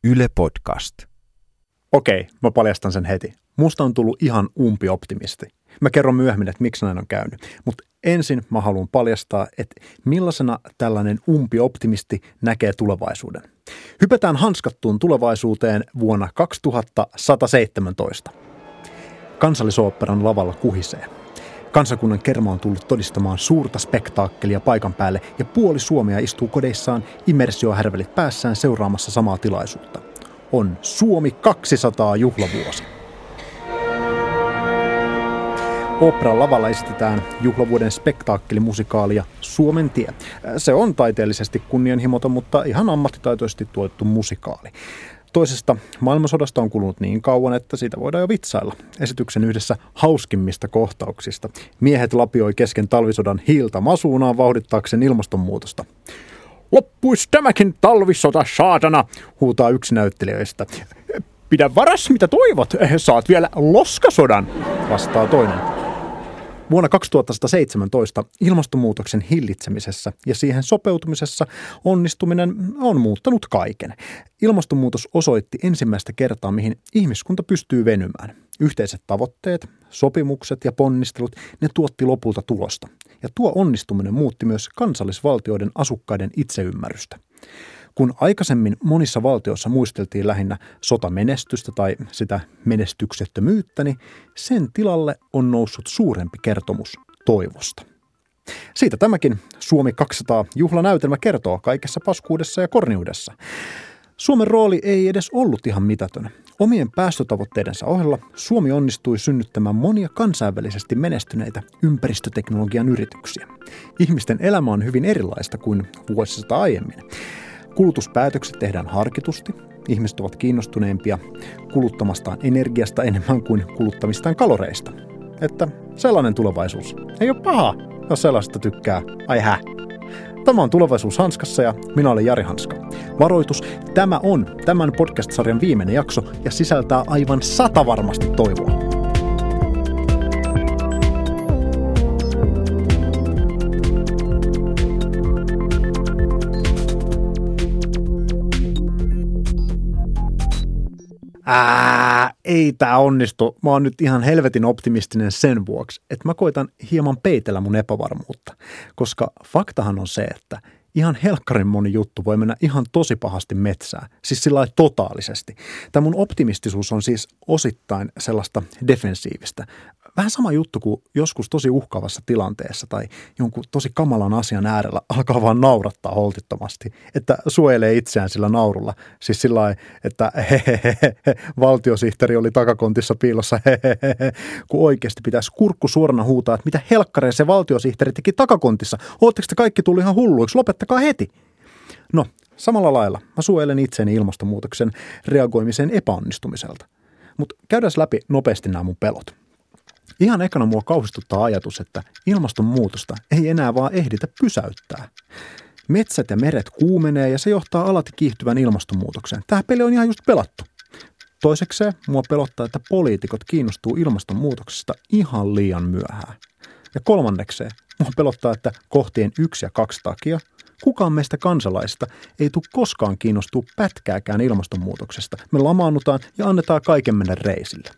Yle Podcast. Okei, mä paljastan sen heti. Musta on tullut ihan umpioptimisti. Mä kerron myöhemmin, että miksi näin on käynyt. Mutta ensin mä haluan paljastaa, että millaisena tällainen umpioptimisti näkee tulevaisuuden. Hypätään hanskattuun tulevaisuuteen vuonna 2117. Kansallisoopperan lavalla kuhisee. Kansakunnan kerma on tullut todistamaan suurta spektaakkelia paikan päälle ja puoli Suomea istuu kodeissaan immersiohärvelit päässään seuraamassa samaa tilaisuutta. On Suomi 200 juhlavuosi. Oopperan lavalla esitetään juhlavuoden spektaakkelimusikaalia Suomen tie. Se on taiteellisesti kunnianhimoton, mutta ihan ammattitaitoisesti tuotettu musikaali. Toisesta maailmansodasta on kulunut niin kauan, että siitä voidaan jo vitsailla. Esityksen yhdessä hauskimmista kohtauksista. Miehet lapioi kesken talvisodan hiiltä masuunaan vauhdittaakseen ilmastonmuutosta. Loppuis tämäkin talvisota, saatana, huutaa yksi näyttelijöistä. Pidä varas, mitä toivot, saat vielä loskasodan, vastaa toinen. Vuonna 2117 ilmastonmuutoksen hillitsemisessä ja siihen sopeutumisessa onnistuminen on muuttanut kaiken. Ilmastonmuutos osoitti ensimmäistä kertaa, mihin ihmiskunta pystyy venymään. Yhteiset tavoitteet, sopimukset ja ponnistelut, ne tuotti lopulta tulosta. Ja tuo onnistuminen muutti myös kansallisvaltioiden asukkaiden itseymmärrystä. Kun aikaisemmin monissa valtioissa muisteltiin lähinnä sotamenestystä tai sitä menestyksettömyyttä, niin sen tilalle on noussut suurempi kertomus toivosta. Siitä tämäkin Suomi 200 juhlanäytelmä kertoo kaikessa paskuudessa ja korniudessa. Suomen rooli ei edes ollut ihan mitätön. Omien päästötavoitteidensa ohella Suomi onnistui synnyttämään monia kansainvälisesti menestyneitä ympäristöteknologian yrityksiä. Ihmisten elämä on hyvin erilaista kuin vuosisata aiemmin. Kulutuspäätökset tehdään harkitusti. Ihmiset ovat kiinnostuneempia kuluttamastaan energiasta enemmän kuin kuluttamistaan kaloreista. Että sellainen tulevaisuus ei ole paha, jos sellaista tykkää. Ai hä. Tämä on Tulevaisuus hanskassa ja minä olen Jari Hanska. Varoitus, tämä on tämän podcast-sarjan viimeinen jakso ja sisältää aivan 100 varmasti toivoa. Ei tää onnistu. Mä oon nyt ihan helvetin optimistinen sen vuoksi, että mä koitan hieman peitellä mun epävarmuutta. Koska faktahan on se, että ihan helkkarin moni juttu voi mennä ihan tosi pahasti metsään. Siis sillä lailla totaalisesti. Tämä mun optimistisuus on siis osittain sellaista defensiivistä. Vähän sama juttu kuin joskus tosi uhkaavassa tilanteessa tai jonkun tosi kamalan asian äärellä alkaa vaan naurattaa holtittomasti, että suojelee itseään sillä naurulla. Siis sillä lailla, että valtiosihteeri oli takakontissa piilossa, kun oikeasti pitäisi kurkku suorana huutaa, että mitä helkkareja se valtiosihteeri teki takakontissa. Oletteko te kaikki tullut ihan hulluiksi? Lopettakaa heti. No, samalla lailla mä suojelen itseäni ilmastonmuutoksen reagoimisen epäonnistumiselta. Mutta käydään läpi nopeasti nämä mun pelot. Ihan ekana mua kauhistuttaa ajatus, että ilmastonmuutosta ei enää vaan ehditä pysäyttää. Metsät ja meret kuumenee ja se johtaa alati kiihtyvän ilmastonmuutokseen. Tämä peli on ihan just pelattu. Toisekseen mua pelottaa, että poliitikot kiinnostuu ilmastonmuutoksesta ihan liian myöhään. Ja kolmannekseen mua pelottaa, että kohtien 1 ja 2 takia kukaan meistä kansalaisista ei tule koskaan kiinnostua pätkääkään ilmastonmuutoksesta. Me lamaannutaan ja annetaan kaiken mennä reisille.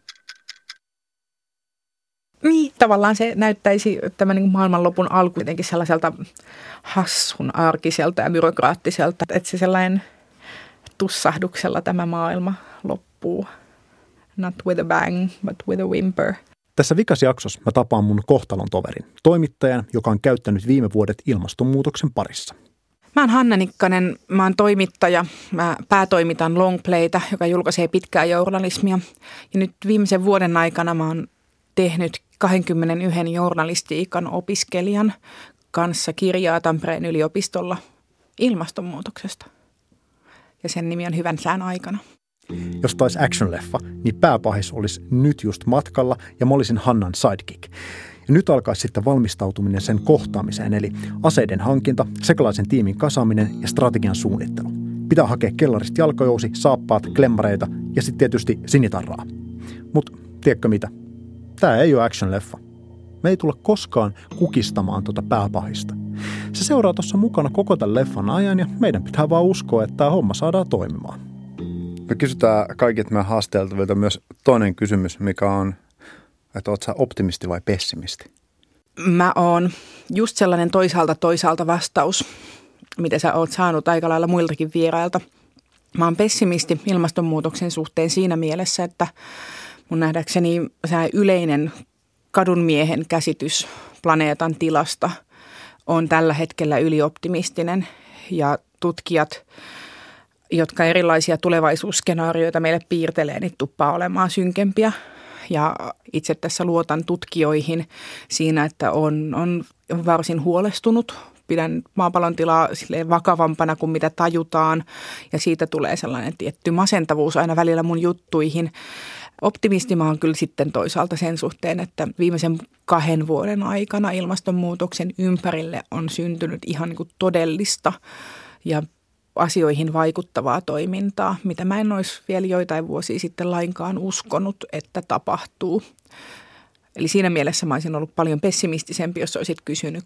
Niin, tavallaan se näyttäisi tämä niin kuin maailmanlopun alku jotenkin sellaiselta hassun arkiselta ja byrokraattiselta, että se sellainen tussahduksella tämä maailma loppuu. Not with a bang, but with a whimper. Tässä vikasjaksossa mä tapaan mun kohtalon toverin, toimittajan, joka on käyttänyt viime vuodet ilmastonmuutoksen parissa. Mä oon Hanna Nikkanen, mä oon toimittaja. Mä päätoimitan Longplayta, joka julkaisee pitkää journalismia. Ja nyt viimeisen vuoden aikana mä oon tehnyt 21 journalistiikan opiskelijan kanssa kirjaa Tampereen yliopistolla ilmastonmuutoksesta. Ja sen nimi on Hyvän sään aikana. Jos taisi action-leffa, niin pääpahis olisi nyt just matkalla ja mä olisin Hannan sidekick. Ja nyt alkaisi sitten valmistautuminen sen kohtaamiseen, eli aseiden hankinta, sekalaisen tiimin kasaaminen ja strategian suunnittelu. Pitää hakea kellarista jalkajousi, saappaat, klemmareita ja sitten tietysti sinitarraa. Mut tiedätkö mitä? Tää ei ole action-leffa. Me ei tulla koskaan kukistamaan tuota pääpahista. Se seuraa tuossa mukana koko tämän leffan ajan ja meidän pitää vaan uskoa, että tämä homma saadaan toimimaan. Me kysytään kaikilta meidän haasteltavilta myös toinen kysymys, mikä on, että ootko sä optimisti vai pessimisti? Mä oon just sellainen toisaalta vastaus, mitä sä oot saanut aika lailla muiltakin vierailta. Mä oon pessimisti ilmastonmuutoksen suhteen siinä mielessä, että mun nähdäkseni yleinen kadunmiehen käsitys planeetan tilasta on tällä hetkellä ylioptimistinen ja tutkijat, jotka erilaisia tulevaisuusskenaarioita meille piirtelee, niin tuppaa olemaan synkempiä. Ja itse tässä luotan tutkijoihin siinä, että on varsin huolestunut. Pidän maapallon tilaa silleen vakavampana kuin mitä tajutaan ja siitä tulee sellainen tietty masentavuus aina välillä mun juttuihin. Optimisti mä oon kyllä sitten toisaalta sen suhteen, että viimeisen 2 vuoden aikana ilmastonmuutoksen ympärille on syntynyt ihan niin kuin todellista ja asioihin vaikuttavaa toimintaa, mitä mä en olisi vielä joitain vuosia sitten lainkaan uskonut, että tapahtuu. Eli siinä mielessä mä olisin ollut paljon pessimistisempi, jos olisit kysynyt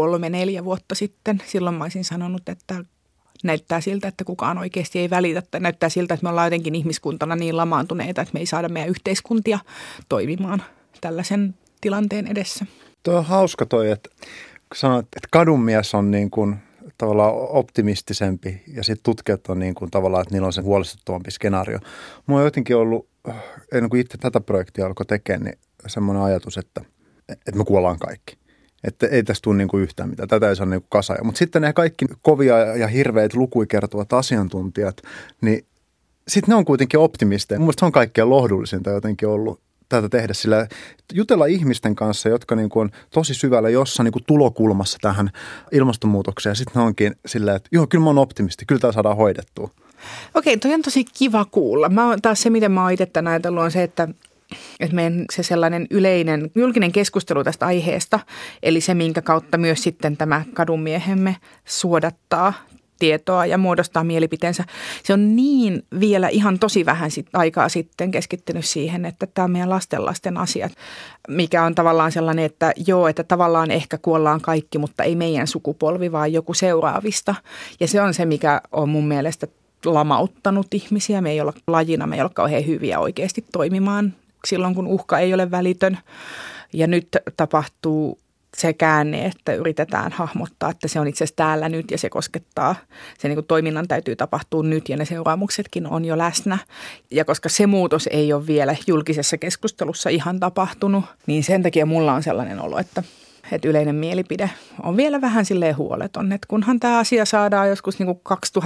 3-4 vuotta sitten. Silloin mä olisin sanonut, että näyttää siltä, että kukaan oikeasti ei välitä. Tai näyttää siltä, että me ollaan jotenkin ihmiskuntana niin lamaantuneita, että me ei saada meidän yhteiskuntia toimimaan tällaisen tilanteen edessä. Tuo on hauska että kun sanoit, että kadunmies on niin kuin tavallaan optimistisempi ja sitten tutkijat on niin kuin tavallaan, että niillä on se huolestuttavampi skenaario. Mulla on jotenkin ollut, ennen kuin itse tätä projektia alkoi tekemään, niin semmoinen ajatus, että me kuollaan kaikki. Että ei tästä tule niin kuin yhtään mitään. Tätä ei saa niin kuin kasaa. Mutta sitten ne kaikki kovia ja hirveät lukuja kertovat asiantuntijat, niin sitten ne on kuitenkin optimisteja. Mun mielestä se on kaikkein lohdullisinta jotenkin ollut tätä tehdä, sillä jutella ihmisten kanssa, jotka niin kuin on tosi syvällä jossain niin kuin tulokulmassa tähän ilmastonmuutokseen. Sitten ne onkin silleen, että joo, kyllä mä oon optimisti, kyllä tämä saadaan hoidettua. Okei, toi on tosi kiva kuulla. Taas se, miten mä oon itse tämän ajatellut, on se, että meidän se sellainen yleinen julkinen keskustelu tästä aiheesta, eli se, minkä kautta myös sitten tämä kadunmiehemme suodattaa tietoa ja muodostaa mielipiteensä. Se on niin vielä ihan tosi vähän aikaa sitten keskittynyt siihen, että tämä on meidän lasten asiat, mikä on tavallaan sellainen, että joo, että tavallaan ehkä kuollaan kaikki, mutta ei meidän sukupolvi, vaan joku seuraavista. Ja se on se, mikä on mun mielestä lamauttanut ihmisiä. Me ei olla lajina, me ei ole kauhean hyviä oikeasti toimimaan silloin, kun uhka ei ole välitön. Ja nyt tapahtuu se käänne, että yritetään hahmottaa, että se on itse asiassa täällä nyt ja se koskettaa, se niin kuin toiminnan täytyy tapahtua nyt ja ne seuraamuksetkin on jo läsnä. Ja koska se muutos ei ole vielä julkisessa keskustelussa ihan tapahtunut, niin sen takia mulla on sellainen olo, että yleinen mielipide on vielä vähän silleen huoleton, että kunhan tämä asia saadaan joskus niin kuin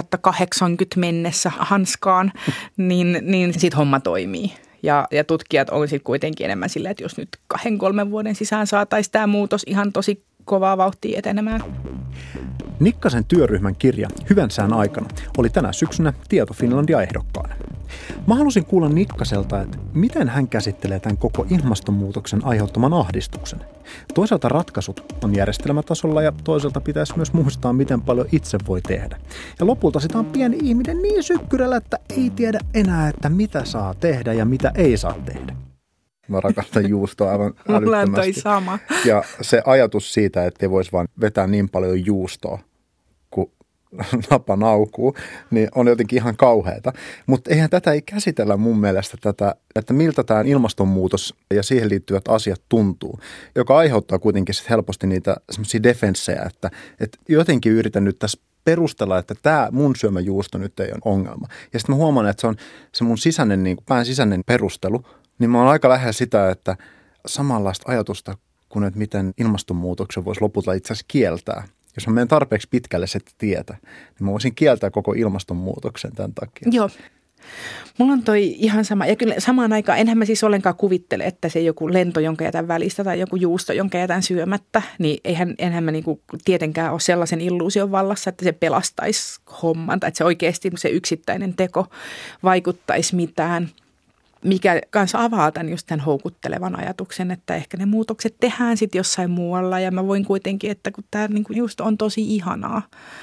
2080 mennessä hanskaan, niin sitten homma toimii. Ja tutkijat on sitten kuitenkin enemmän silleen, että jos nyt 2-3 vuoden sisään saataisiin tämä muutos ihan tosi kovaa vauhtia etenemään. Nikkasen työryhmän kirja Hyvän sään aikana oli tänä syksynä Tieto Finlandia ehdokkaana. Mä halusin kuulla Nikkaselta, että miten hän käsittelee tämän koko ilmastonmuutoksen aiheuttaman ahdistuksen. Toisaalta ratkaisut on järjestelmätasolla ja toisaalta pitäisi myös muistaa, miten paljon itse voi tehdä. Ja lopulta sitä on pieni ihminen niin sykkyrällä, että ei tiedä enää, että mitä saa tehdä ja mitä ei saa tehdä. Mä rakastan juustoa aivan älyttömästi. Sama. Ja se ajatus siitä, että ei voisi vaan vetää niin paljon juustoa, kun napa naukuu, niin on jotenkin ihan kauheata. Mutta eihän tätä ei käsitellä mun mielestä tätä, että miltä tämä ilmastonmuutos ja siihen liittyvät asiat tuntuu, joka aiheuttaa kuitenkin sit helposti niitä semmoisia defenssejä, että jotenkin yritän nyt tässä perustella, että tämä mun syömä juusto nyt ei ole ongelma. Ja sitten mä huomaan, että se on se mun sisäinen, niin kuin pään sisäinen perustelu, niin mä oon aika lähellä sitä, että samanlaista ajatusta kuin, että miten ilmastonmuutoksen voisi lopulta itse asiassa kieltää. Jos mä menen tarpeeksi pitkälle se tietä, niin mä voisin kieltää koko ilmastonmuutoksen tämän takia. Joo. Mulla on toi ihan sama. Ja kyllä samaan aikaan enhän mä siis ollenkaan kuvittele, että se joku lento, jonka jätän välistä tai joku juusto, jonka jätän syömättä, niin enhän mä niinku tietenkään ole sellaisen illuusion vallassa, että se pelastaisi homman tai että se oikeasti se yksittäinen teko vaikuttaisi mitään. Mikä kanssa avaa tämän just tämän houkuttelevan ajatuksen, että ehkä ne muutokset tehdään sitten jossain muualla ja mä voin kuitenkin, että kun tämä niinku just on tosi ihanaa,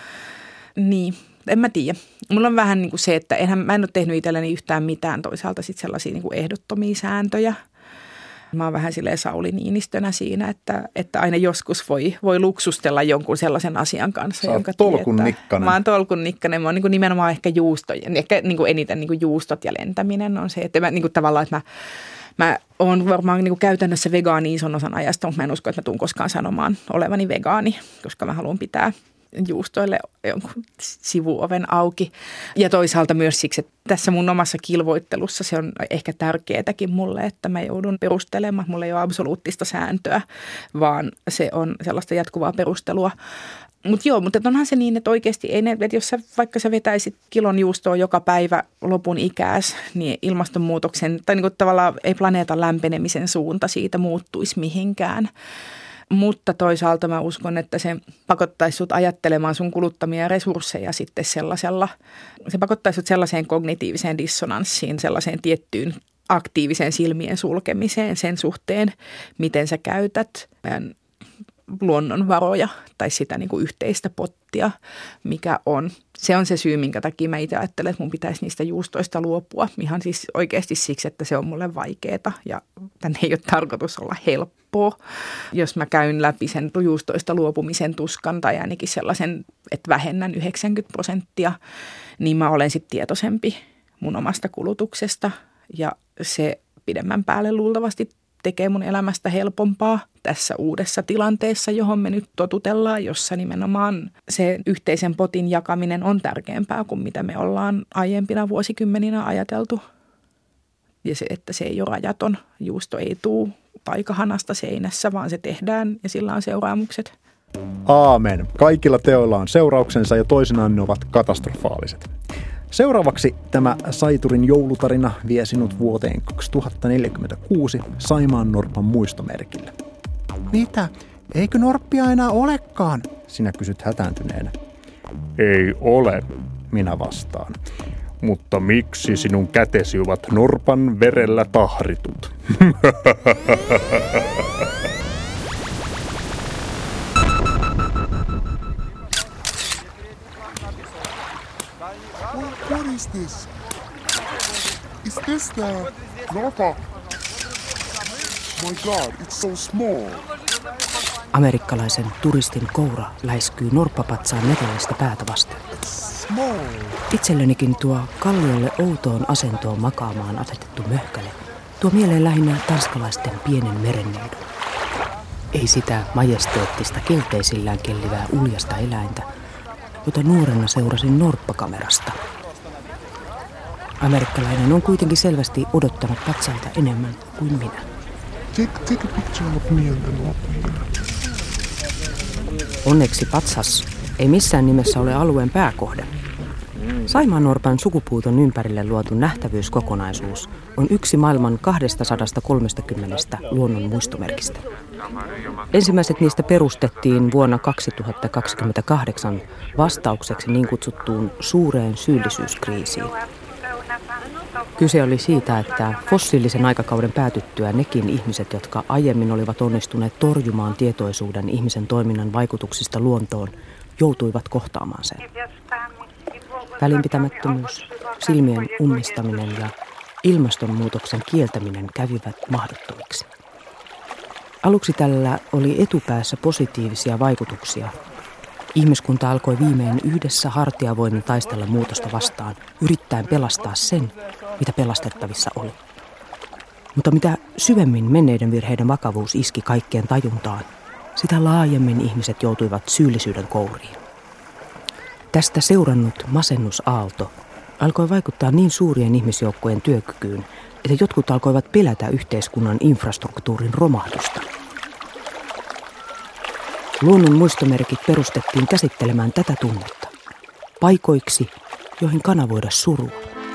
niin en mä tiedä. Mulla on vähän niin kuin se, että mä en ole tehnyt itselleni yhtään mitään toisaalta sitten sellaisia niin kuin ehdottomia sääntöjä. Mä oon vähän silleen Sauli Niinistönä siinä, että aina joskus voi luksustella jonkun sellaisen asian kanssa. Sä oot tolkunnikkanen. Mä oon tolkunnikkanen. Mä oon niin nimenomaan ehkä juustojen, ehkä niin eniten niin juustot ja lentäminen on se, että mä niin tavallaan, että mä oon varmaan niin käytännössä vegaani ison osan ajasta, mutta mä en usko, että mä tuun koskaan sanomaan olevani vegaani, koska mä haluan pitää juustoille jonkun sivuoven auki. Ja toisaalta myös siksi, että tässä mun omassa kilvoittelussa se on ehkä tärkeätäkin mulle, että mä joudun perustelemaan. Mulla ei ole absoluuttista sääntöä, vaan se on sellaista jatkuvaa perustelua. Mutta onhan se niin, että oikeasti ei ne, että jos vaikka sä vetäisit kilon juustoa joka päivä lopun ikääs, niin ilmastonmuutoksen tai niin kuin tavallaan ei planeetan lämpenemisen suunta siitä muuttuisi mihinkään. Mutta toisaalta mä uskon, että se pakottaisi sut ajattelemaan sun kuluttamia resursseja sitten se pakottaisi sut sellaiseen kognitiiviseen dissonanssiin, sellaiseen tiettyyn aktiiviseen silmien sulkemiseen sen suhteen, miten sä käytät meidän luonnonvaroja tai sitä niin kuin yhteistä pottia, mikä on. Se on se syy, minkä takia mä itse ajattelen, että mun pitäisi niistä juustoista luopua. Ihan siis oikeasti siksi, että se on mulle vaikeaa ja tänne ei ole tarkoitus olla helppoa. Jos mä käyn läpi sen juustoista luopumisen tuskan tai ainakin sellaisen, että vähennän 90%, niin mä olen sitten tietoisempi mun omasta kulutuksesta ja se pidemmän päälle luultavasti tekee mun elämästä helpompaa tässä uudessa tilanteessa, johon me nyt totutellaan, jossa nimenomaan se yhteisen potin jakaminen on tärkeämpää kuin mitä me ollaan aiempina vuosikymmeninä ajateltu. Ja se, että se ei ole rajaton. Juusto ei tule taikahanasta seinässä, vaan se tehdään ja sillä on seuraamukset. Aamen. Kaikilla teoilla on seurauksensa ja toisinaan ne ovat katastrofaaliset. Seuraavaksi tämä Saiturin joulutarina vie sinut vuoteen 2046 Saimaannorpan muistomerkille. Mitä? Eikö norppia enää olekaan? Sinä kysyt hätääntyneenä. Ei ole, minä vastaan. Mutta miksi sinun kätesi ovat norpan verellä tahritut? What is this? Is this the Norpa? My God, it's so small. Amerikkalaisen turistin koura läiskyy norppapatsaan metallista päätä vasten. Itsellenikin tuo kalliolle outoon asentoon makaamaan asetettu möhkäle tuo mieleen lähinnä tanskalaisten pienen merenneidon. Ei sitä majesteettista kelteisillään kellivää uljasta eläintä, jota nuorena seurasin norppakamerasta. Amerikkalainen on kuitenkin selvästi odottanut patsalta enemmän kuin minä. Take a picture of me and the norp. Onneksi patsas ei missään nimessä ole alueen pääkohde. Saimaannorpan sukupuuton ympärille luotu nähtävyyskokonaisuus on yksi maailman 230 luonnon muistomerkistä. Ensimmäiset niistä perustettiin vuonna 2028 vastaukseksi niin kutsuttuun suureen syyllisyyskriisiin. Kyse oli siitä, että fossiilisen aikakauden päätyttyä nekin ihmiset, jotka aiemmin olivat onnistuneet torjumaan tietoisuuden ihmisen toiminnan vaikutuksista luontoon, joutuivat kohtaamaan sen. Välinpitämättömyys, silmien ummistaminen ja ilmastonmuutoksen kieltäminen kävivät mahdottomiksi. Aluksi tällä oli etupäässä positiivisia vaikutuksia. Ihmiskunta alkoi viimein yhdessä hartiavoimin taistella muutosta vastaan, yrittäen pelastaa sen, mitä pelastettavissa oli. Mutta mitä syvemmin menneiden virheiden vakavuus iski kaikkeen tajuntaan, sitä laajemmin ihmiset joutuivat syyllisyyden kouriin. Tästä seurannut masennusaalto alkoi vaikuttaa niin suurien ihmisjoukkojen työkykyyn, että jotkut alkoivat pelätä yhteiskunnan infrastruktuurin romahdusta. Luonnon muistomerkit perustettiin käsittelemään tätä tunnetta, paikoiksi, joihin kanavoida surua.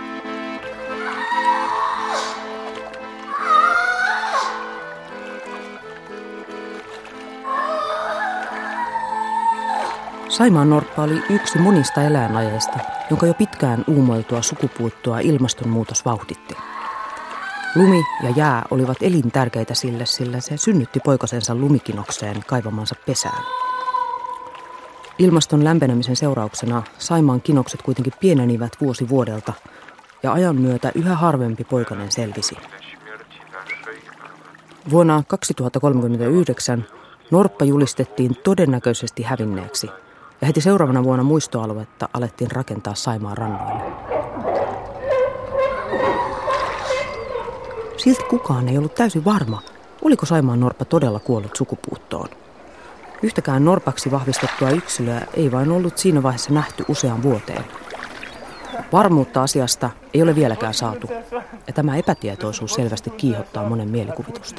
Saimaannorppa oli yksi monista eläinlajeista, jonka jo pitkään uumoiltua sukupuuttoa ilmastonmuutos vauhditti. Lumi ja jää olivat elintärkeitä sille, sillä se synnytti poikasensa lumikinokseen kaivamansa pesään. Ilmaston lämpenemisen seurauksena Saimaan kinokset kuitenkin pienenivät vuosi vuodelta ja ajan myötä yhä harvempi poikanen selvisi. Vuonna 2039 norppa julistettiin todennäköisesti hävinneeksi ja heti seuraavana vuonna muistoaluetta alettiin rakentaa Saimaan rannoille. Silti kukaan ei ollut täysin varma, oliko Saimaan norppa todella kuollut sukupuuttoon. Yhtäkään norpaksi vahvistettua yksilöä ei vain ollut siinä vaiheessa nähty useaan vuoteen. Varmuutta asiasta ei ole vieläkään saatu, ja tämä epätietoisuus selvästi kiihottaa monen mielikuvitusta.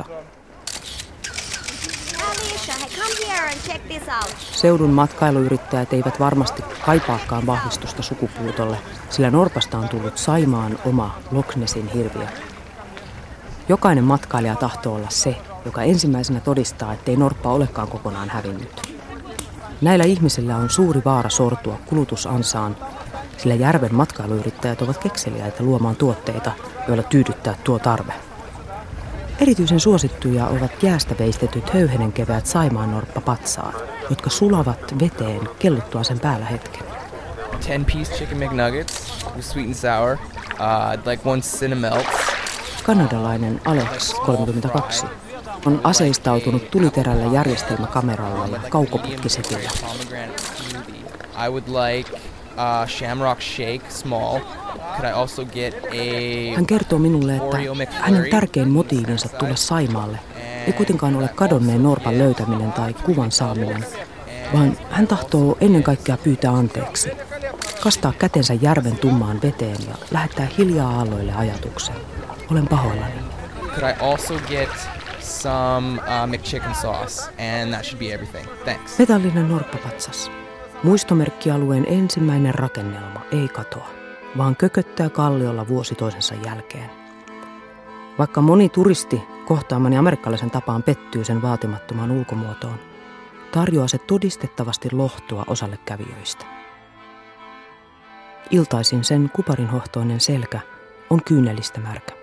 Seudun matkailuyrittäjät eivät varmasti kaipaakaan vahvistusta sukupuutolle, sillä norpasta on tullut Saimaan oma Loch Nessin hirviö. Jokainen matkailija tahtoo olla se, joka ensimmäisenä todistaa, ettei norppa olekaan kokonaan hävinnyt. Näillä ihmisillä on suuri vaara sortua kulutusansaan, sillä järven matkailuyrittäjät ovat kekseliäitä luomaan tuotteita, joilla tyydyttää tuo tarve. Erityisen suosittuja ovat jäästä veistetyt höyhenenkeväät saimaannorppapatsaat, jotka sulavat veteen kelluttua sen päällä hetken. 10-piece chicken McNuggets with sweet and sour. I'd like one Cinemelts. Kanadalainen Alex, 32, on aseistautunut tuliterällä järjestelmäkameralla ja kaukoputkisetillä. I would like Shamrock Shake small. Could I also get a Hän kertoo minulle, että hänen tärkein motiivinsa tulla Saimaalle ei kuitenkaan ole kadonneen norpan löytäminen tai kuvan saaminen, vaan hän tahtoo ennen kaikkea pyytää anteeksi, kastaa kätensä järven tummaan veteen ja lähettää hiljaa aalloille ajatuksen. Olen pahoillani. Could I also get some McChicken sauce, and that should be everything. Thanks. Metallinen norppapatsas. Muistomerkkialueen ensimmäinen rakennelma ei katoa, vaan kököttää kalliolla vuosi toisensa jälkeen. Vaikka moni turisti kohtaamani amerikkalaisen tapaan pettyy sen vaatimattomaan ulkomuotoon, tarjoaa se todistettavasti lohtua osalle kävijöistä. Iltaisin sen kuparinhohtoinen selkä on kyynelistä märkä.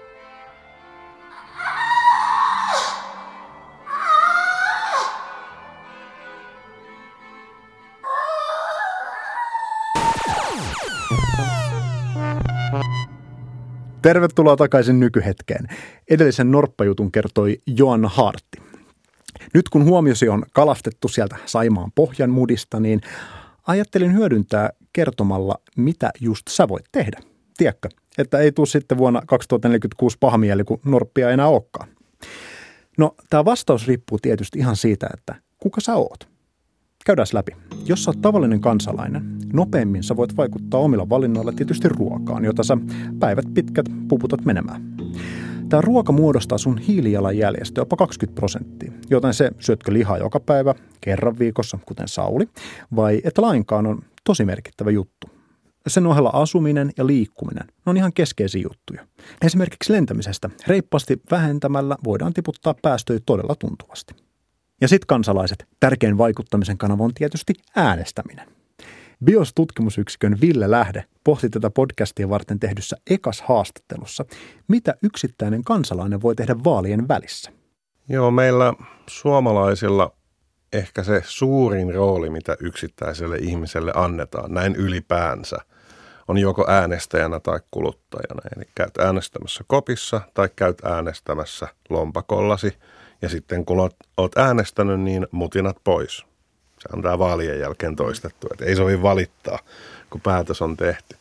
Tervetuloa takaisin nykyhetkeen. Edellisen norppajutun kertoi Joanna Haartti. Nyt kun huomiosi on kalastettu sieltä Saimaan pohjan mudista, niin ajattelin hyödyntää kertomalla, mitä just sä voit tehdä. Tiedätkö, että ei tule sitten vuonna 2046 paha mieli, kun norppia ei enää olekaan. No, tämä vastaus riippuu tietysti ihan siitä, että kuka sä oot. Käydään läpi. Jos sä oot tavallinen kansalainen, nopeimmin sä voit vaikuttaa omilla valinnoilla tietysti ruokaan, jota sä päivät pitkät puputat menemään. Tämä ruoka muodostaa sun hiilijalanjäljestä jopa 20%, joten se syötkö lihaa joka päivä, kerran viikossa, kuten Sauli, vai et lainkaan on tosi merkittävä juttu. Sen ohella asuminen ja liikkuminen on ihan keskeisiä juttuja. Esimerkiksi lentämisestä reippaasti vähentämällä voidaan tiputtaa päästöjä todella tuntuvasti. Ja sitten kansalaiset, tärkein vaikuttamisen kanava on tietysti äänestäminen. BIOS-tutkimusyksikön Ville Lähde pohti tätä podcastia varten tehdyssä EKAS-haastattelussa, mitä yksittäinen kansalainen voi tehdä vaalien välissä. Joo, meillä suomalaisilla ehkä se suurin rooli, mitä yksittäiselle ihmiselle annetaan, näin ylipäänsä, on joko äänestäjänä tai kuluttajana. Eli käyt äänestämässä kopissa tai käyt äänestämässä lompakollasi. Ja sitten kun oot äänestänyt, niin mutinat pois. Se on tämä vaalien jälkeen toistettu, että ei sovi valittaa, kun päätös on tehty.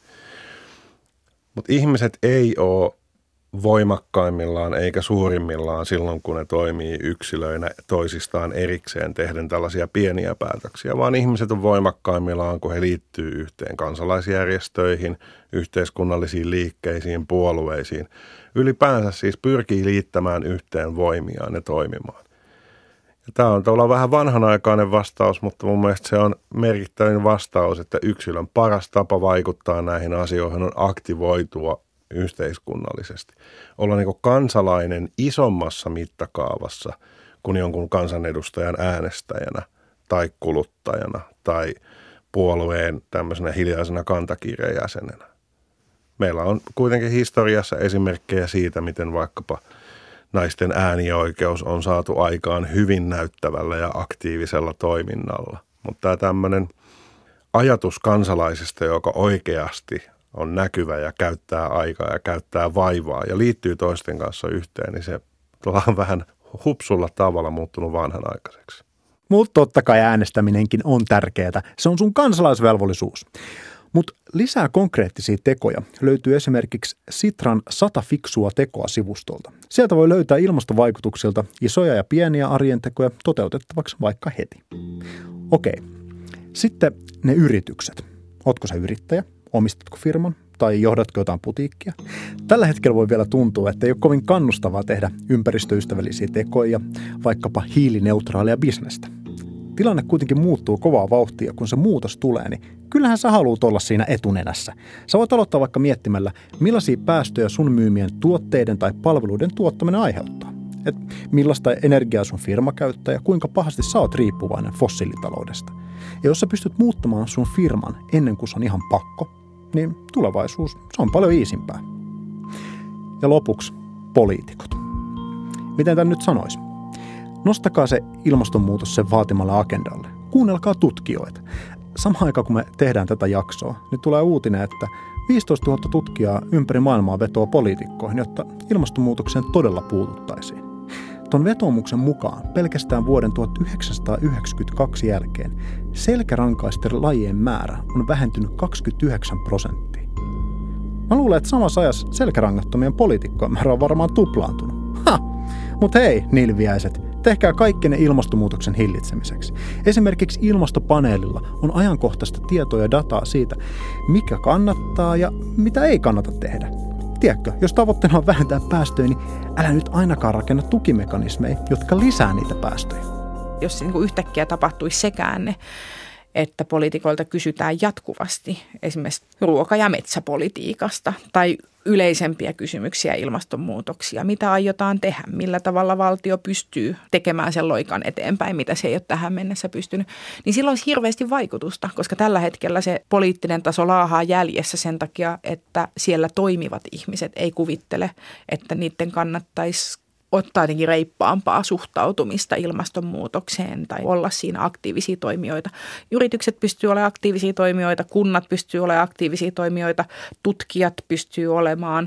Mutta ihmiset ei ole voimakkaimmillaan eikä suurimmillaan silloin, kun ne toimii yksilöinä toisistaan erikseen tehden tällaisia pieniä päätöksiä, vaan ihmiset on voimakkaimmillaan, kun he liittyy yhteen kansalaisjärjestöihin, yhteiskunnallisiin liikkeisiin, puolueisiin. Ylipäänsä siis pyrkii liittämään yhteen voimiaan ja toimimaan. Ja tämä on tavallaan vähän vanhanaikainen vastaus, mutta mun mielestä se on merkittävin vastaus, että yksilön paras tapa vaikuttaa näihin asioihin on aktivoitua yhteiskunnallisesti. Olla niin kuin kansalainen isommassa mittakaavassa kuin jonkun kansanedustajan äänestäjänä tai kuluttajana tai puolueen tämmöisenä hiljaisena kantakirjan jäsenenä. Meillä on kuitenkin historiassa esimerkkejä siitä, miten vaikkapa naisten äänioikeus on saatu aikaan hyvin näyttävällä ja aktiivisella toiminnalla. Mutta tämä tämmöinen ajatus kansalaisesta, joka oikeasti on näkyvä ja käyttää aikaa ja käyttää vaivaa ja liittyy toisten kanssa yhteen, niin se on vähän hupsulla tavalla muuttunut vanhanaikaiseksi. Mutta totta kai äänestäminenkin on tärkeää. Se on sun kansalaisvelvollisuus. Mutta lisää konkreettisia tekoja löytyy esimerkiksi Sitran 100 fiksua tekoa -sivustolta. Sieltä voi löytää ilmastovaikutuksilta isoja ja pieniä arjen tekoja toteutettavaksi vaikka heti. Okei. Sitten ne yritykset. Ootko sä yrittäjä? Omistatko firman? Tai johdatko jotain putiikkia? Tällä hetkellä voi vielä tuntua, että ei ole kovin kannustavaa tehdä ympäristöystävällisiä tekoja, vaikkapa hiilineutraalia bisnestä. Tilanne kuitenkin muuttuu kovaa vauhtia, kun se muutos tulee, niin kyllähän sä haluat olla siinä etunenässä. Sä voit aloittaa vaikka miettimällä, millaisia päästöjä sun myymien tuotteiden tai palveluiden tuottaminen aiheuttaa. Et millaista energiaa sun firma käyttää ja kuinka pahasti sä oot riippuvainen fossiilitaloudesta. Ja jos sä pystyt muuttamaan sun firman ennen kuin se on ihan pakko, niin tulevaisuus, se on paljon iisimpää. Ja lopuksi poliitikot. Miten tämän nyt sanoisi? Nostakaa se ilmastonmuutos sen vaatimalle agendalle. Kuunnelkaa tutkijoita. Samaan aikaan kun me tehdään tätä jaksoa, niin tulee uutinen, että 15 000 tutkijaa ympäri maailmaa vetoo poliitikkoihin, jotta ilmastonmuutokseen todella puututtaisiin. Ton vetoomuksen mukaan pelkästään vuoden 1992 jälkeen selkärankaisten lajien määrä on vähentynyt 29%. Mä luulen, että samassa ajassa selkärangattomien poliitikkojen määrä on varmaan tuplaantunut. Mut hei, nilviäiset, tehkää kaikkenne ilmastonmuutoksen hillitsemiseksi. Esimerkiksi ilmastopaneelilla on ajankohtaista tietoa ja dataa siitä, mikä kannattaa ja mitä ei kannata tehdä. Tiedätkö, jos tavoitteena on vähentää päästöjä, niin älä nyt ainakaan rakenna tukimekanismeja, jotka lisää niitä päästöjä. Jos niin kuin yhtäkkiä tapahtuisi se käänne, että poliitikoilta kysytään jatkuvasti esimerkiksi ruoka- ja metsäpolitiikasta tai yleisempiä kysymyksiä ilmastonmuutoksia. Mitä aiotaan tehdä? Millä tavalla valtio pystyy tekemään sen loikan eteenpäin, mitä se ei ole tähän mennessä pystynyt? Niin silloin olisi hirveästi vaikutusta, koska tällä hetkellä se poliittinen taso laahaa jäljessä sen takia, että siellä toimivat ihmiset ei kuvittele, että niiden kannattaisi ottaa jotenkin reippaampaa suhtautumista ilmastonmuutokseen tai olla siinä aktiivisia toimijoita. Yritykset pystyy olemaan aktiivisia toimijoita, kunnat pystyy olemaan aktiivisia toimijoita, tutkijat pystyy olemaan,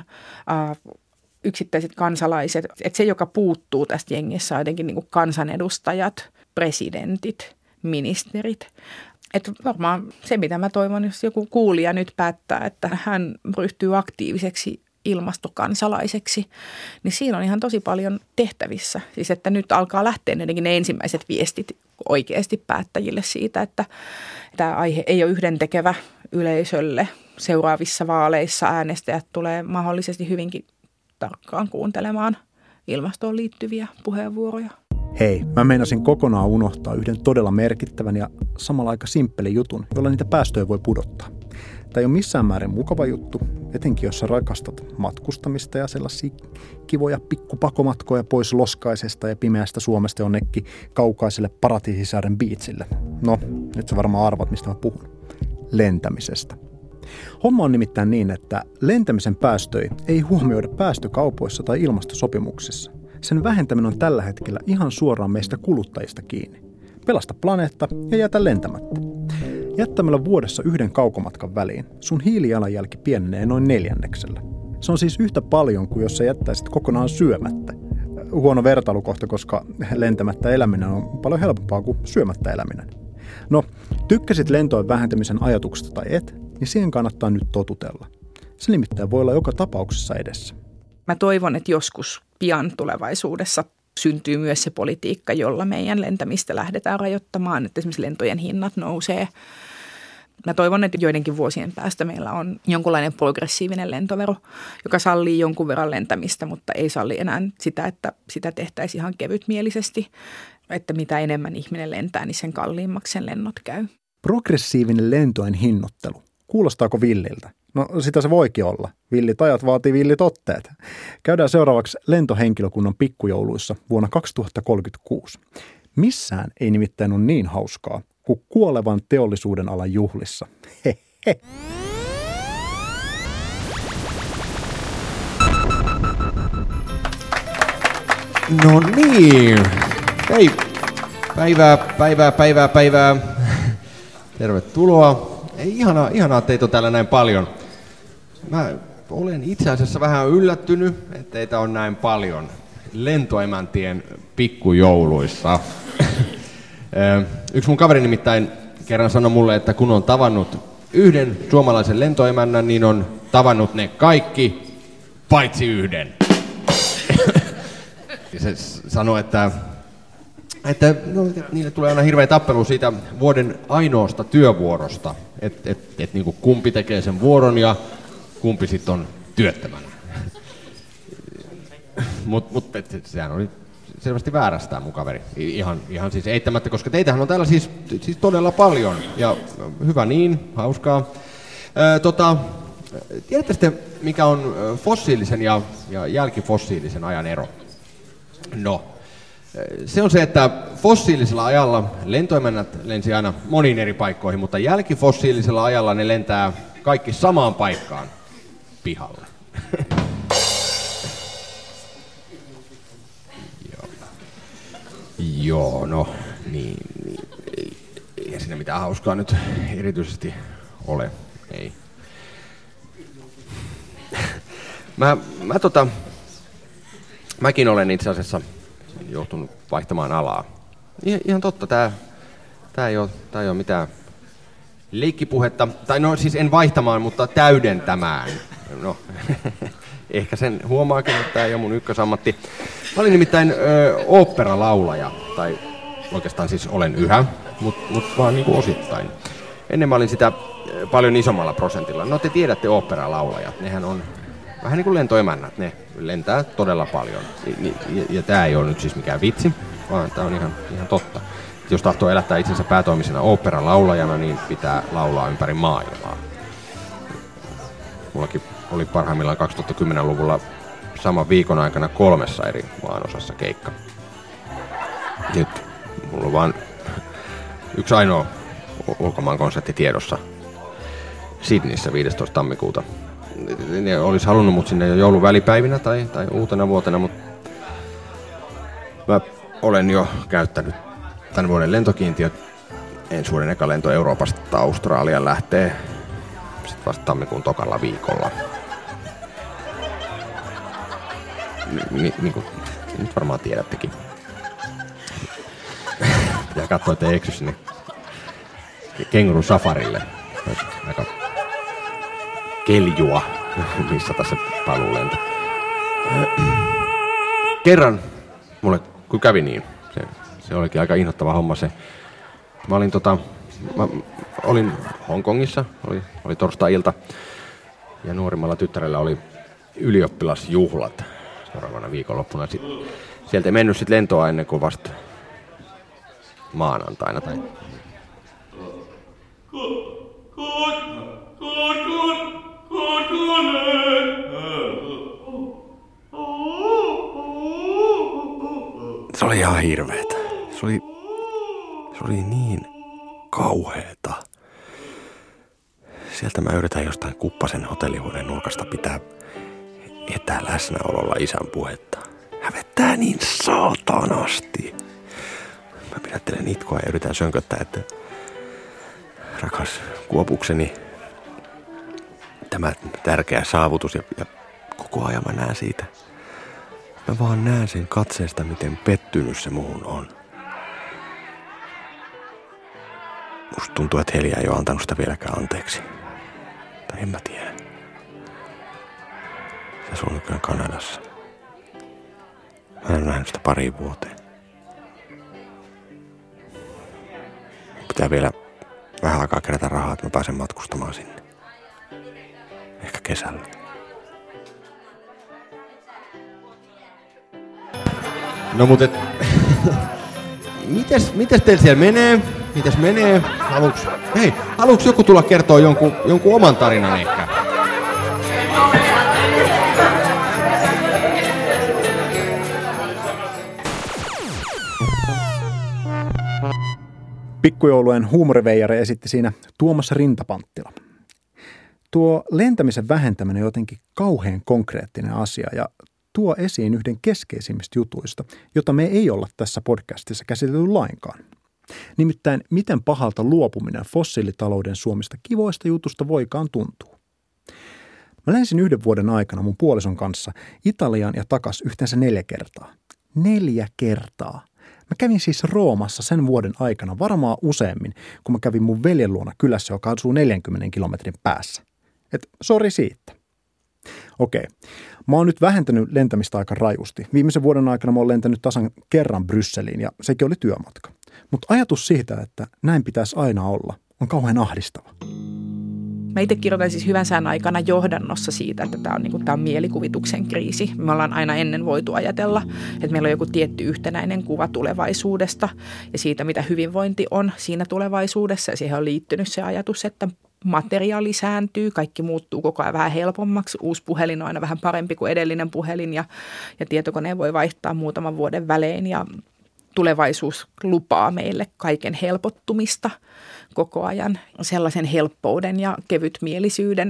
yksittäiset kansalaiset. Että se, joka puuttuu tästä jengissä on jotenkin niin kuin kansanedustajat, presidentit, ministerit. Että varmaan se, mitä mä toivon, jos joku kuulija nyt päättää, että hän ryhtyy aktiiviseksi ilmastokansalaiseksi, niin siinä on ihan tosi paljon tehtävissä. Siis että nyt alkaa lähteä ne ensimmäiset viestit oikeasti päättäjille siitä, että tämä aihe ei ole yhdentekevä yleisölle. Seuraavissa vaaleissa äänestäjät tulee mahdollisesti hyvinkin tarkkaan kuuntelemaan ilmastoon liittyviä puheenvuoroja. Hei, mä meinasin kokonaan unohtaa yhden todella merkittävän ja samalla aika simppelin jutun, jolla niitä päästöjä voi pudottaa. Tämä ei ole missään määrin mukava juttu, etenkin jos sä rakastat matkustamista ja sellaisia kivoja pikkupakomatkoja pois loskaisesta ja pimeästä Suomesta jonnekin kaukaiselle Paratiisisaaren biitsille. No, nyt sä varmaan arvat, mistä mä puhun. Lentämisestä. Homma on nimittäin niin, että lentämisen päästöjä ei huomioida päästökaupoissa tai ilmastosopimuksissa. Sen vähentäminen on tällä hetkellä ihan suoraan meistä kuluttajista kiinni. Pelasta planeetta ja jätä lentämättä. Jättämällä vuodessa yhden kaukomatkan väliin sun hiilijalanjälki pienenee noin 4%. Se on siis yhtä paljon kuin jos sä jättäisit kokonaan syömättä. Huono vertailukohta, koska lentämättä eläminen on paljon helpompaa kuin syömättä eläminen. No, tykkäsit lentojen vähentämisen ajatuksesta tai et, niin siihen kannattaa nyt totutella. Se nimittäin voi olla joka tapauksessa edessä. Mä toivon, että joskus pian tulevaisuudessa syntyy myös se politiikka, jolla meidän lentämistä lähdetään rajoittamaan, että esimerkiksi lentojen hinnat nousee. Mä toivon, että joidenkin vuosien päästä meillä on jonkunlainen progressiivinen lentovero, joka sallii jonkun verran lentämistä, mutta ei salli enää sitä, että sitä tehtäisiin ihan kevytmielisesti, että mitä enemmän ihminen lentää, niin sen kalliimmaksi sen lennot käy. Progressiivinen lentojen hinnoittelu. Kuulostaako villiltä? No sitä se voikin olla. Villit ajat vaatii villit otteet. Käydään seuraavaksi lentohenkilökunnan pikkujouluissa vuonna 2036. Missään ei nimittäin ole niin hauskaa kuin kuolevan teollisuuden alan juhlissa. Hehe. No niin. Hei, päivää. Tervetuloa. Ihanaa teitä on täällä näin paljon. Mä olen itse asiassa vähän yllättynyt, että teitä on näin paljon. lentoemäntien pikkujouluissa. Yksi mun kaveri nimittäin kerran sanoi mulle, että kun on tavannut yhden suomalaisen lentoemännän, niin on tavannut ne kaikki, paitsi yhden. Se sanoi, että niille tulee aina hirveä tappelu siitä vuoden ainoasta työvuorosta, että niin kuin kumpi tekee sen vuoron ja kumpi sitten on työttömänä. Mutta sehän oli selvästi väärässä tämä mun kaveri. Ihan siis eittämättä, koska teitähän on täällä siis todella paljon. Ja hyvä niin, hauskaa. Tiedätte sitten, mikä on fossiilisen ja jälkifossiilisen ajan ero? No, se on se, että fossiilisella ajalla lentoemännät lensi aina moniin eri paikkoihin, mutta jälkifossiilisella ajalla ne lentää kaikki samaan paikkaan pihalle. Joo, no niin. Ei siinä mitään hauskaa nyt erityisesti ole, ei. Mäkin olen itse asiassa joutunut vaihtamaan alaa. Ihan totta, tää ei ole mitään leikkipuhetta. Tai no siis en vaihtamaan, mutta täydentämään. No, ehkä sen huomaakin, että tämä ei ole mun ykkösammatti. Mä olin nimittäin oopperalaulaja, tai oikeastaan siis olen yhä, mutta vaan niin kuin osittain. Ennen mä olin sitä paljon isommalla prosentilla. No te tiedätte oopperalaulajat, nehän on vähän niin kuin lentoemännät, ne lentää todella paljon. Ja tää ei ole nyt siis mikään vitsi, vaan tää on ihan totta. Jos tahtoo elättää itsensä päätoimisena oopperalaulajana, niin pitää laulaa ympäri maailmaa. Mullakin oli parhaimmillaan 2010-luvulla saman viikon aikana 3 eri maanosassa keikka. Nyt mulla on vaan yksi ainoa ulkomaan konsertti tiedossa Sydneyssä 15. tammikuuta. Ne olisi halunnut mut sinne jo joulun välipäivinä tai uutena vuotena, mutta mä olen jo käyttänyt tämän vuoden lentokiintiöt. Ensi vuoden eka lento Euroopasta Australiaan lähtee sitten vasta tammikuun tokalla viikolla. Niin kuin nyt varmaan tiedättekin. Pitää katsoa, ettei eksy sinne kengurun safarille. Aika keljua, missä tässä paluulento. Kerran mulle kun kävi niin, se olikin aika inhottava homma se. Mä olin Hongkongissa, oli torstai-ilta ja nuorimmalla tyttärellä oli ylioppilasjuhlat seuraavana viikonloppuna. Sieltä ei mennyt sit lentoa ennen kuin vasta maanantaina. Se oli ihan hirveetä. Se oli niin kauheeta. Sieltä mä yritän jostain kuppasen hotellihuoneen nurkasta pitää etäläsnäololla isän puhetta. Hävettää niin saatanasti. Mä pidättelen itkua ja yritän sönköttää, että rakas kuopukseni, tämä tärkeä saavutus ja koko ajan mä näen siitä. Mä vaan näen sen katseesta, miten pettynyt se muuhun on. Musta tuntuu, että Helia ei ole antanut sitä vieläkään anteeksi. Tai en mä tiedä. Se asuu nykyään Kanadassa. Mä en nähnyt sitä pariin vuoteen. Pitää vielä vähän aikaa kerätä rahaa, että mä pääsen matkustamaan sinne. Ehkä kesällä. No mutta mites teillä siellä menee? Mitäs menee? Haluuks joku tulla kertoa jonkun oman tarinan ehkä? Pikkujoulujen huumoriveijari esitti siinä Tuomas Rintapanttila. Tuo lentämisen vähentäminen on jotenkin kauhean konkreettinen asia ja tuo esiin yhden keskeisimmistä jutuista, jota me ei olla tässä podcastissa käsitelty lainkaan. Nimittäin, miten pahalta luopuminen fossiilitalouden suomista kivoista jutusta voikaan tuntua. Mä lensin 1 vuoden aikana mun puolison kanssa Italiaan ja takas yhteensä 4 kertaa. 4 kertaa. Mä kävin siis Roomassa sen vuoden aikana varmaan useammin, kun mä kävin mun veljen luona kylässä, joka asuu 40 kilometrin päässä. Et sori siitä. Okei. Mä oon nyt vähentänyt lentämistä aika rajusti. Viimeisen vuoden aikana mä oon lentänyt tasan kerran Brysseliin ja sekin oli työmatka. Mutta ajatus siitä, että näin pitäisi aina olla, on kauhean ahdistava. Mä itse kirjoitan siis Hyvän sään aikana johdannossa siitä, että tämä on mielikuvituksen kriisi. Me ollaan aina ennen voitu ajatella, että meillä on joku tietty yhtenäinen kuva tulevaisuudesta ja siitä, mitä hyvinvointi on siinä tulevaisuudessa. Ja siihen on liittynyt se ajatus, että materiaali lisääntyy, kaikki muuttuu koko ajan vähän helpommaksi. Uusi puhelin on aina vähän parempi kuin edellinen puhelin ja tietokone voi vaihtaa muutaman vuoden välein ja tulevaisuus lupaa meille kaiken helpottumista koko ajan. Sellaisen helppouden ja kevytmielisyyden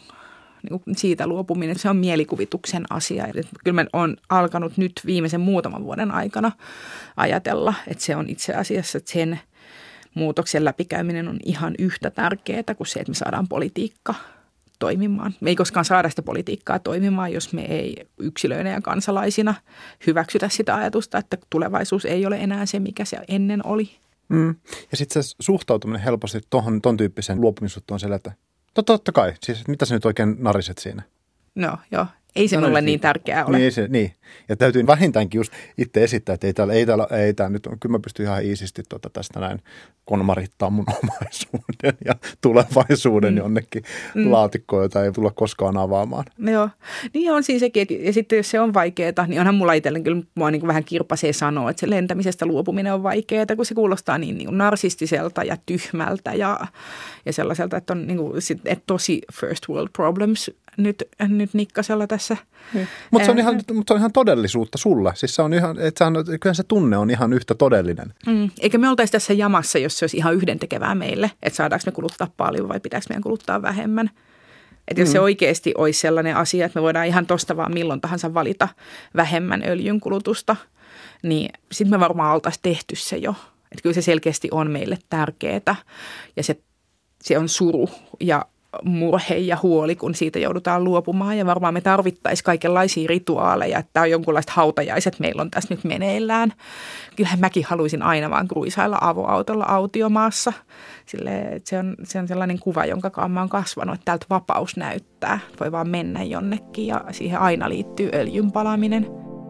siitä luopuminen, se on mielikuvituksen asia. Kyllä mä oon alkanut nyt viimeisen muutaman vuoden aikana ajatella, että se on itse asiassa, että sen muutoksen läpikäyminen on ihan yhtä tärkeää kuin se, että me saadaan politiikka toimimaan. Me ei koskaan saada sitä politiikkaa toimimaan, jos me ei yksilöinä ja kansalaisina hyväksytä sitä ajatusta, että tulevaisuus ei ole enää se, mikä se ennen oli. Ja sitten se suhtautuminen helposti ton tyyppisen luopumisjuttuun on siellä, että totta kai, siis mitä sä nyt oikein nariset siinä? No joo, ei se mulle niin tärkeää ole. Niin. Ja täytyy vähintäänkin just itse esittää, että ei täällä nyt, kyllä mä pystyn ihan iisisti tästä näin konmarittaa mun omaisuuden ja tulevaisuuden jonnekin laatikkoon, jota ei tulla koskaan avaamaan. Joo, niin on siis sekin, ja sitten jos se on vaikeaa, niin onhan mulla itselleni kyllä mua niin kuin vähän kirpasee sanoa, että se lentämisestä luopuminen on vaikeaa, kun se kuulostaa niin narsistiselta ja tyhmältä ja sellaiselta, että on niin kuin, että tosi first world problems nyt Nikkasella tässä. Mutta se on ihan todellisuutta sulla. Siis se on ihan, kyllä se tunne on ihan yhtä todellinen. Eikä me oltaisi tässä jamassa, jos se olisi ihan yhdentekevää meille, että saadaanko me kuluttaa paljon vai pitääkö meidän kuluttaa vähemmän. Että jos se oikeasti olisi sellainen asia, että me voidaan ihan tosta vaan milloin tahansa valita vähemmän öljyn kulutusta, niin sitten me varmaan oltaisiin tehty se jo. Että kyllä se selkeästi on meille tärkeää ja se on suru ja murhe ja huoli, kun siitä joudutaan luopumaan. Ja varmaan me tarvittaisiin kaikenlaisia rituaaleja, että tämä on jonkunlaiset hautajaiset, meillä on tässä nyt meneillään. Kyllähän mäkin haluaisin aina vaan kruisailla avoautolla autiomaassa. Silleen, se on sellainen kuva, jonka mä oon kasvanut, että täältä vapaus näyttää. Voi vaan mennä jonnekin ja siihen aina liittyy öljyn palaminen.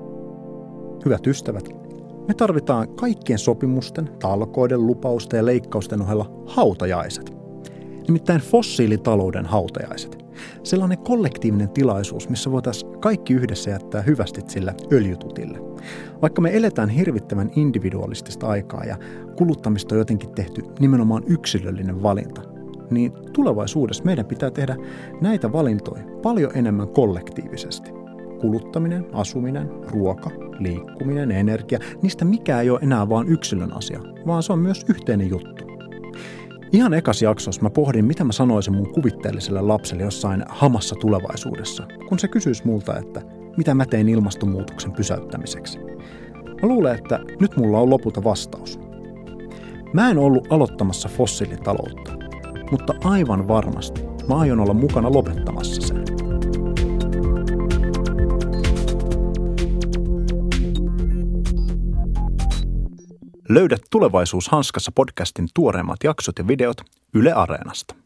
Hyvät ystävät, me tarvitaan kaikkien sopimusten, talkoiden, lupausten ja leikkausten ohella hautajaiset. Nimittäin fossiilitalouden hautajaiset. Sellainen kollektiivinen tilaisuus, missä voitaisiin kaikki yhdessä jättää hyvästit sille öljytutille. Vaikka me eletään hirvittävän individualistista aikaa ja kuluttamista on jotenkin tehty nimenomaan yksilöllinen valinta, niin tulevaisuudessa meidän pitää tehdä näitä valintoja paljon enemmän kollektiivisesti. Kuluttaminen, asuminen, ruoka, liikkuminen, energia, niistä mikään ei ole enää vaan yksilön asia, vaan se on myös yhteinen juttu. Ihan ekas jaksossa mä pohdin, mitä mä sanoisin mun kuvitteelliselle lapselle jossain hamassa tulevaisuudessa, kun se kysyisi multa, että mitä mä tein ilmastonmuutoksen pysäyttämiseksi. Mä luulen, että nyt mulla on lopulta vastaus. Mä en ollut aloittamassa fossiilitaloutta, mutta aivan varmasti mä aion olla mukana lopettamassa sen. Löydät Tulevaisuus hanskassa podcastin tuoreimmat jaksot ja videot Yle Areenasta.